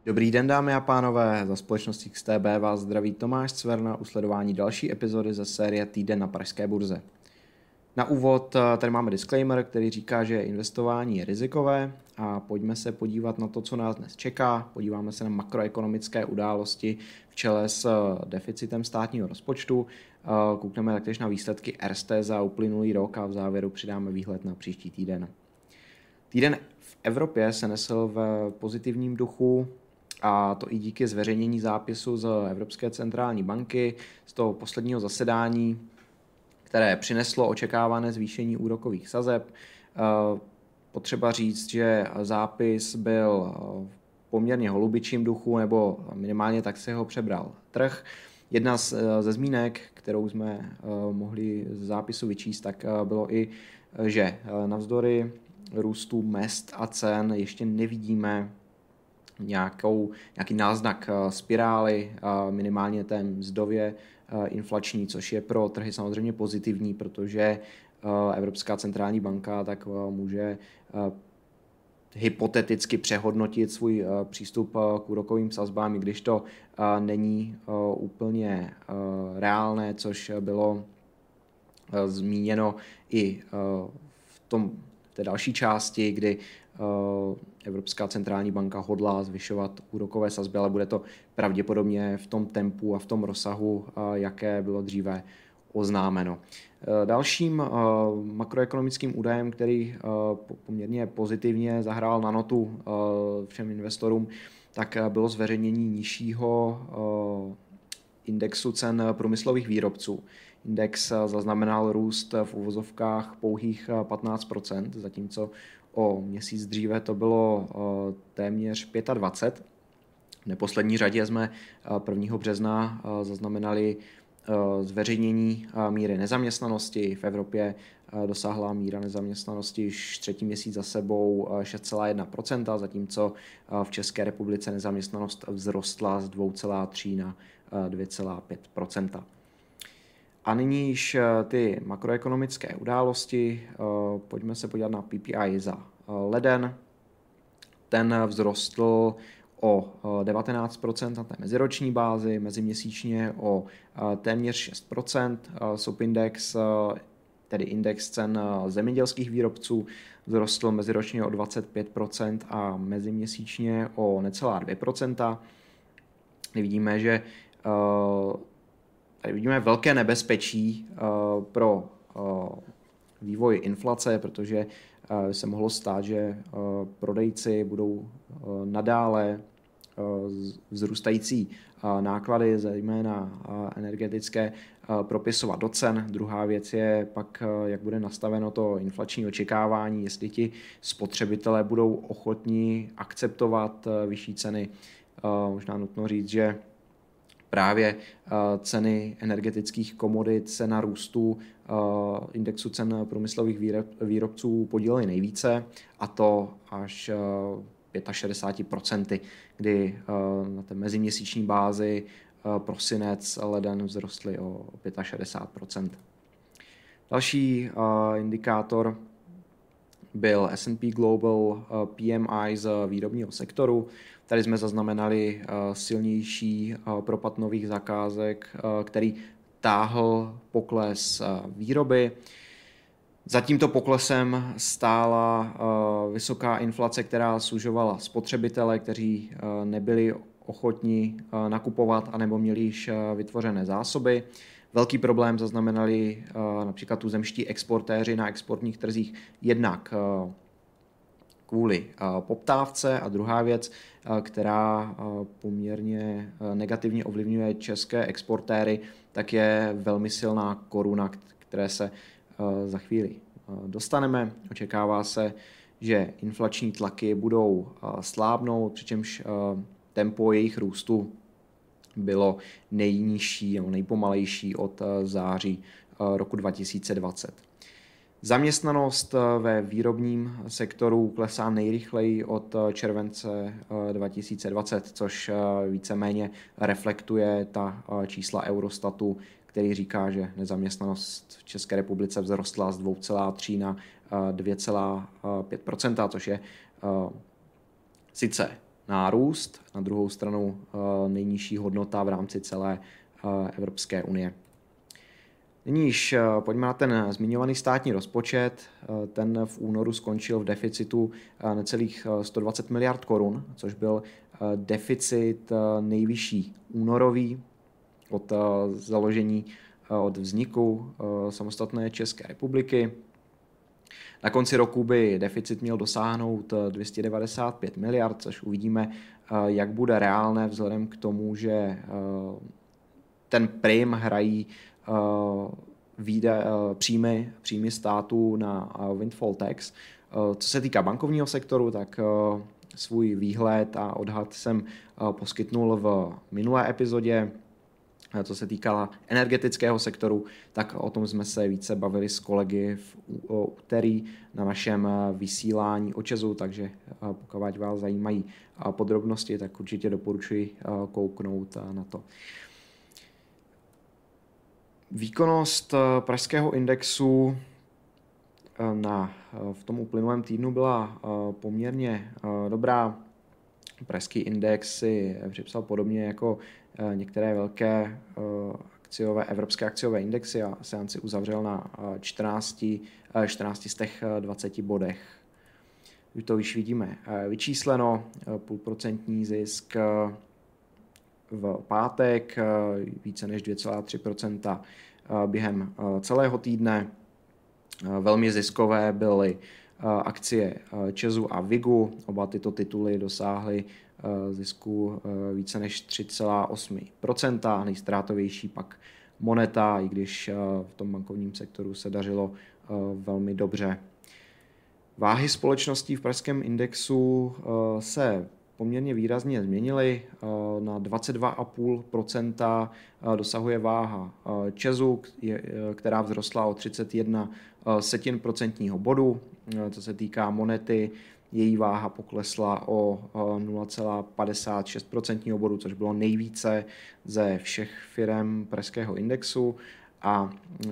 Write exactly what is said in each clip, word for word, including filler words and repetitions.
Dobrý den, dámy a pánové, za společností X T B vás zdraví Tomáš Cverna u sledování další epizody ze série Týden na pražské burze. Na úvod tady máme disclaimer, který říká, že investování je rizikové a pojďme se podívat na to, co nás dnes čeká. Podíváme se na makroekonomické události v čele s deficitem státního rozpočtu. Koukneme taktéž na výsledky Erste za uplynulý rok a v závěru přidáme výhled na příští týden. Týden v Evropě se nesl v pozitivním duchu, a to i díky zveřejnění zápisu z Evropské centrální banky z toho posledního zasedání, které přineslo očekávané zvýšení úrokových sazeb. Potřeba říct, že zápis byl v poměrně holubičím duchu, nebo minimálně tak se ho přebral trh. Jedna ze zmínek, kterou jsme mohli z zápisu vyčíst, tak bylo i, že navzdory růstu mezd a cen ještě nevidíme nějakou, nějaký náznak spirály, minimálně té mzdově inflační, což je pro trhy samozřejmě pozitivní, protože Evropská centrální banka tak může hypoteticky přehodnotit svůj přístup k úrokovým sazbám, i když to není úplně reálné, což bylo zmíněno i v tom, v té další části, kdy Evropská centrální banka hodlá zvyšovat úrokové sazby, ale bude to pravděpodobně v tom tempu a v tom rozsahu, jaké bylo dříve oznámeno. Dalším makroekonomickým údajem, který poměrně pozitivně zahrál na notu všem investorům, tak bylo zveřejnění nižšího indexu cen průmyslových výrobců. Index zaznamenal růst v uvozovkách pouhých patnáct procent, zatímco o měsíc dříve to bylo téměř dvacet pět. V neposlední řadě jsme prvního března zaznamenali zveřejnění míry nezaměstnanosti. V Evropě dosáhla míra nezaměstnanosti již třetí měsíc za sebou šest celá jedna procenta, zatímco v České republice nezaměstnanost vzrostla z dvě celá tři na dvě celá pět procenta. A nyní již ty makroekonomické události. Pojďme se podívat na P P I za leden. Ten vzrostl o devatenáct procent na té meziroční bázi, meziměsíčně o téměř šest procent. Subindex, tedy index cen zemědělských výrobců, vzrostl meziročně o dvacet pět procent a meziměsíčně o necelá dvě procenta. Vidíme, že tady vidíme velké nebezpečí pro vývoj inflace, protože se mohlo stát, že prodejci budou nadále vzrůstající náklady, zejména energetické, propisovat do cen. Druhá věc je pak, jak bude nastaveno to inflační očekávání, jestli ti spotřebitelé budou ochotní akceptovat vyšší ceny. Možná nutno říct, že právě ceny energetických komodit se na růstu indexu cen průmyslových výrobců podílely nejvíce, a to až šedesát pět procent, kdy na té meziměsíční bázi prosinec a leden vzrostly o šedesát pět procent. Další indikátor byl S and P Global P M I z výrobního sektoru. Tady jsme zaznamenali silnější propad nových zakázek, který táhl pokles výroby. Za tímto poklesem stála vysoká inflace, která sužovala spotřebitele, kteří nebyli ochotni nakupovat anebo měli již vytvořené zásoby. Velký problém zaznamenali například tuzemští exportéři na exportních trzích, jednak kvůli poptávce, a druhá věc, která poměrně negativně ovlivňuje české exportéry, tak je velmi silná koruna, které se za chvíli dostaneme. Očekává se, že inflační tlaky budou slábnout, přičemž tempo jejich růstu bylo nejnižší nebo nejpomalejší od září roku dva tisíce dvacet. Zaměstnanost ve výrobním sektoru klesá nejrychleji od července dva tisíce dvacet, což víceméně reflektuje ta čísla Eurostatu, který říká, že nezaměstnanost v České republice vzrostla z dvě celá tři na dvě celá pět procenta, což je sice nárůst, na druhou stranu nejnižší hodnota v rámci celé Evropské unie. Nyní již pojďme na ten zmiňovaný státní rozpočet. Ten v únoru skončil v deficitu necelých sto dvacet miliard korun, což byl deficit nejvyšší únorový od založení, od vzniku samostatné České republiky. Na konci roku by deficit měl dosáhnout dvě stě devadesát pět miliard, což uvidíme, jak bude reálné vzhledem k tomu, že ten prim hrají výdaje, příjmy, příjmy státu na windfall tax. Co se týká bankovního sektoru, tak svůj výhled a odhad jsem poskytnul v minulé epizodě. Co se týkala energetického sektoru, tak o tom jsme se více bavili s kolegy v úterý na našem vysílání o ČEZu, takže pokud vás zajímají podrobnosti, tak určitě doporučuji kouknout na to. Výkonnost pražského indexu na, v tom uplynulém týdnu byla poměrně dobrá. Pražský index si připsal podobně jako některé velké akciové, evropské akciové indexy a seanci uzavřel na čtrnácti, čtrnácti z těch dvaceti bodech. Už to již vidíme vyčísleno, půlprocentní zisk v pátek, více než dvě celá tři procenta během celého týdne. Velmi ziskové byly akcie ČEZu a Vigu. Oba tyto tituly dosáhly zisku více než tři celá osm procenta. Nejztrátovější pak Moneta, i když v tom bankovním sektoru se dařilo velmi dobře. Váhy společností v pražském indexu se poměrně výrazně změnily. Na dvacet dva celá pět procenta dosahuje váha ČEZu, která vzrostla o třicet jedna setin procentního bodu. Co se týká Monety, její váha poklesla o nula celá padesát šest procentního bodu, což bylo nejvíce ze všech firem pražského indexu, a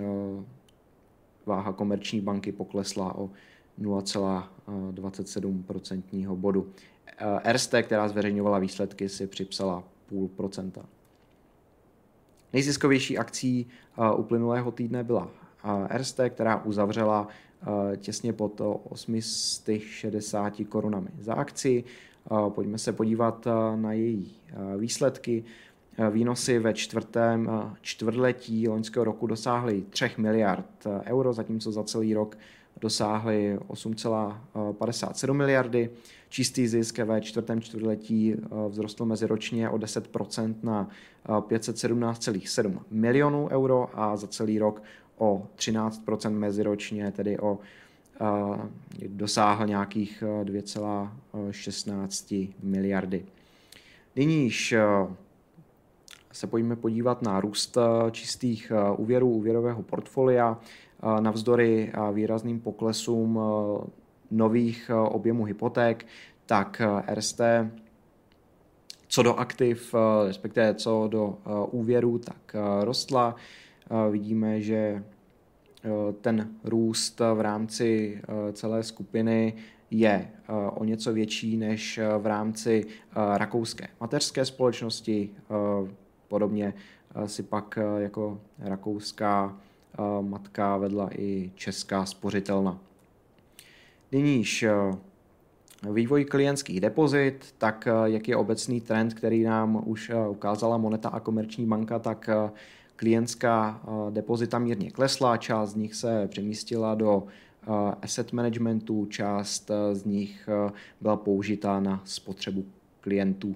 váha Komerční banky poklesla o nula celá dvacet sedm procentního bodu. Erste, která zveřejňovala výsledky, si připsala půl procenta. Nejziskovější akcí uplynulého týdne byla Erste, která uzavřela těsně pod osm set šedesáti korunami za akci. Pojďme se podívat na její výsledky. Výnosy ve čtvrtém čtvrtletí loňského roku dosáhly tři miliard euro, zatímco za celý rok dosáhly osm celá padesát sedm miliardy. Čistý zisk ve čtvrtém čtvrtletí vzrostl meziročně o deset procent na pět set sedmnáct celá sedm milionů euro a za celý rok o třináct procent meziročně, tedy o dosáhl nějakých dvě celá šestnáct miliardy. Nyní již se pojďme podívat na růst čistých úvěrů, úvěrového portfolia. Navzdory výrazným poklesům nových objemů hypoték, tak Erste co do aktiv, respektive co do úvěrů, tak rostla. Vidíme, že ten růst v rámci celé skupiny je o něco větší než v rámci rakouské mateřské společnosti. Podobně si pak jako rakouská matka vedla i česká spořitelna. Nyní již vývoj klientských depozit, tak jak je obecný trend, který nám už ukázala Moneta a Komerční banka, tak klientská depozita mírně klesla, část z nich se přemístila do asset managementu, část z nich byla použita na spotřebu klientů.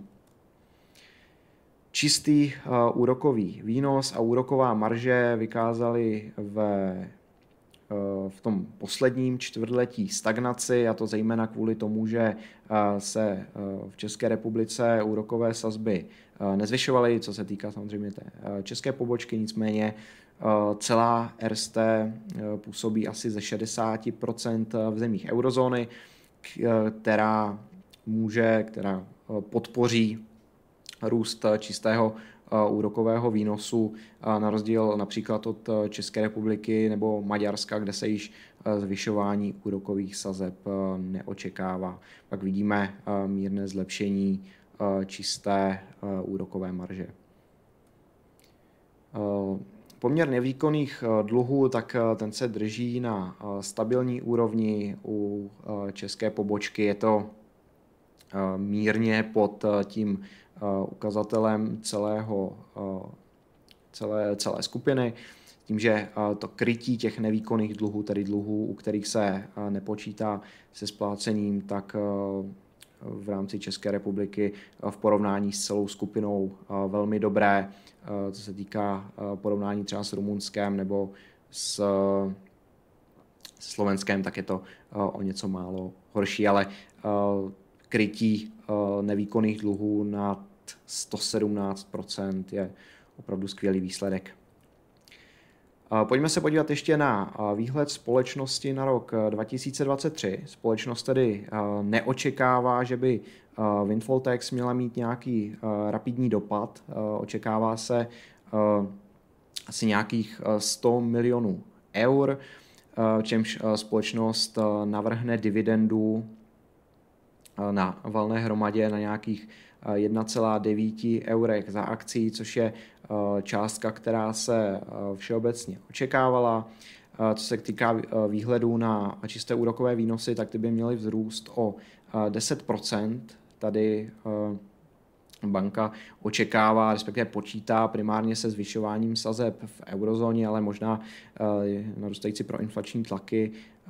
Čistý uh, úrokový výnos a úroková marže vykázaly ve, uh, v tom posledním čtvrtletí stagnaci, a to zejména kvůli tomu, že uh, se uh, v České republice úrokové sazby uh, nezvyšovaly, co se týká samozřejmě té uh, české pobočky, nicméně uh, celá Erste uh, působí asi ze šedesát procent v zemích eurozóny, k, uh, která může, která uh, podpoří růst čistého úrokového výnosu, na rozdíl například od České republiky nebo Maďarska, kde se již zvyšování úrokových sazeb neočekává. Pak vidíme mírné zlepšení čisté úrokové marže. Poměr nevýkonných dluhů, tak ten se drží na stabilní úrovni. U české pobočky je to mírně pod tím ukazatelem celého, celé, celé skupiny, tím, že to krytí těch nevýkonných dluhů, tedy dluhů, u kterých se nepočítá se splácením, tak v rámci České republiky v porovnání s celou skupinou velmi dobré, co se týká porovnání třeba s Rumunskem nebo s Slovenskem, tak je to o něco málo horší, ale krytí nevýkonných dluhů nad sto sedmnáct procent je opravdu skvělý výsledek. Pojďme se podívat ještě na výhled společnosti na rok dva tisíce dvacet tři. Společnost tedy neočekává, že by windfall tax měla mít nějaký rapidní dopad. Očekává se asi nějakých sto milionů eur, čemž společnost navrhne dividendu na valné hromadě na nějakých jedna celá devět eurech za akci, což je částka, která se všeobecně očekávala. Co se týká výhledů na čisté úrokové výnosy, tak ty by měly vzrůst o deset procent. Tady banka očekává, respektive počítá primárně se zvyšováním sazeb v eurozóně, ale možná narůstající proinflační tlaky,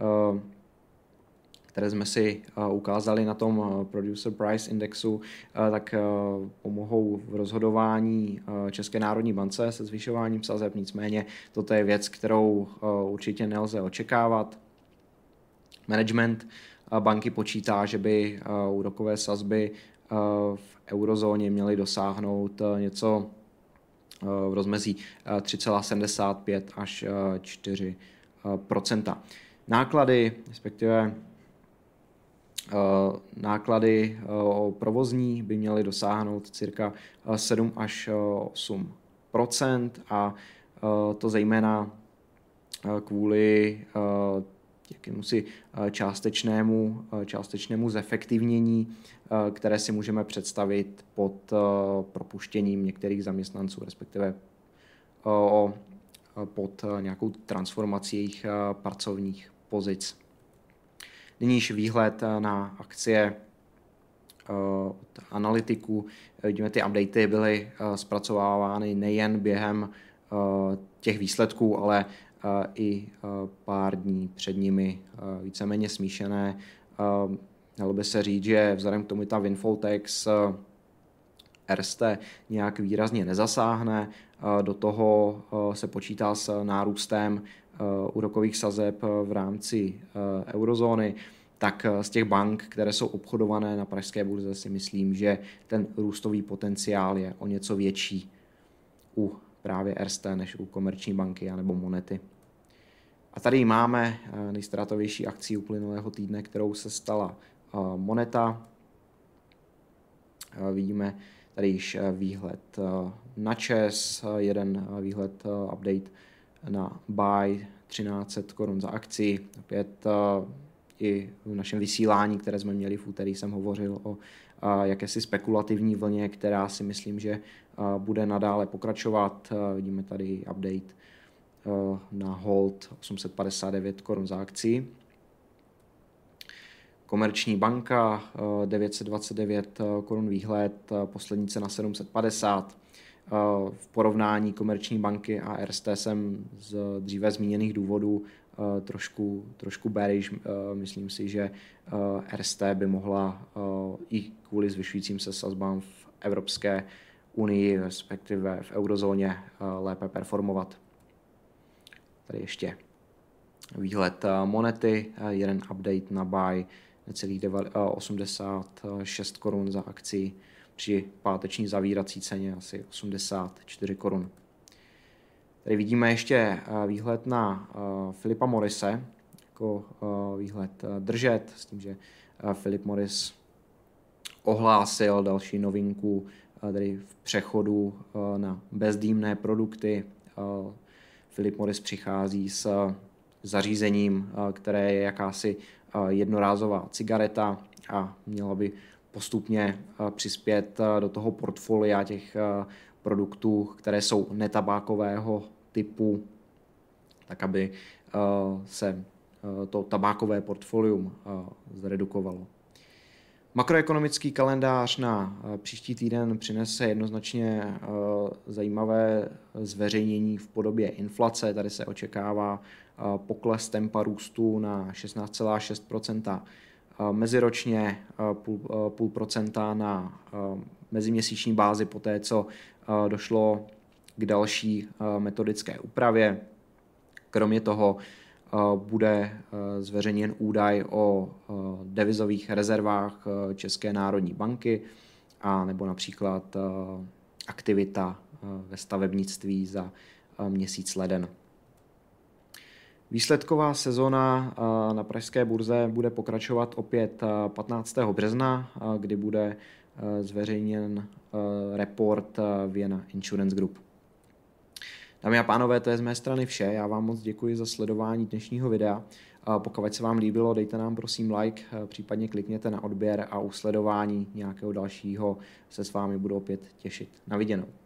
které jsme si ukázali na tom Producer Price Indexu, tak pomohou v rozhodování České národní bance se zvyšováním sazeb. Nicméně toto je věc, kterou určitě nelze očekávat. Management banky počítá, že by úrokové sazby v eurozóně měly dosáhnout něco v rozmezí tři celá sedmdesát pět až čtyři procenta. Náklady, respektive náklady provozní by měly dosáhnout cirka sedm až osm procent a to zejména kvůli jakémusi částečnému, částečnému zefektivnění, které si můžeme představit pod propuštěním některých zaměstnanců, respektive pod nějakou transformací jejich pracovních pozic. Nyní již výhled na akcie od analytiků. Vidíme, ty updaty byly zpracovávány nejen během těch výsledků, ale i pár dní před nimi, víceméně smíšené. Dalo by se říct, že vzhledem k tomu ta windfall tax Erste nějak výrazně nezasáhne. Do toho se počítá s nárůstem úrokových sazeb v rámci eurozóny, tak z těch bank, které jsou obchodované na pražské burze, si myslím, že ten růstový potenciál je o něco větší u právě Erste než u Komerční banky anebo Monety. A tady máme nejztrátovější akcí uplynulého týdne, kterou se stala Moneta. Vidíme tady již výhled na ČEZ, jeden výhled update na buy třináct set korun za akci. Opět i v našem vysílání, které jsme měli v úterý, jsem hovořil o jakési spekulativní vlně, která si myslím, že bude nadále pokračovat. Vidíme tady update na hold osm set padesát devět korun za akci. Komerční banka devět set dvacet devět korun výhled, poslední cena sedm set padesát. V porovnání Komerční banky a Erste jsem z dříve zmíněných důvodů trošku, trošku bearish. Myslím si, že Erste by mohla i kvůli zvyšujícím se sazbám v Evropské unii, respektive v eurozóně, lépe performovat. Tady ještě výhled Monety, jeden update na buy, necelých osmdesát šest korun za akci, při páteční zavírací ceně asi osmdesát čtyři korun. Tady vidíme ještě výhled na Philipa Morrise, jako výhled držet, s tím, že Philip Morris ohlásil další novinku tedy v přechodu na bezdýmné produkty. Philip Morris přichází s zařízením, které je jakási jednorázová cigareta a měla by postupně přispět do toho portfolia těch produktů, které jsou netabákového typu, tak aby se to tabákové portfolium zredukovalo. Makroekonomický kalendář na příští týden přinese jednoznačně zajímavé zveřejnění v podobě inflace. Tady se očekává pokles tempa růstu na šestnáct celá šest procenta meziročně, půl, půl procenta na meziměsíční bázi poté, co došlo k další metodické úpravě. Kromě toho bude zveřejněn údaj o devizových rezervách České národní banky a nebo například aktivita ve stavebnictví za měsíc leden. Výsledková sezona na pražské burze bude pokračovat opět patnáctého března, kdy bude zveřejněn report Vienna Insurance Group. Dámy a pánové, to je z mé strany vše. Já vám moc děkuji za sledování dnešního videa. Pokud se vám líbilo, dejte nám prosím like, případně klikněte na odběr a u sledování nějakého dalšího se s vámi budu opět těšit. Na viděnou.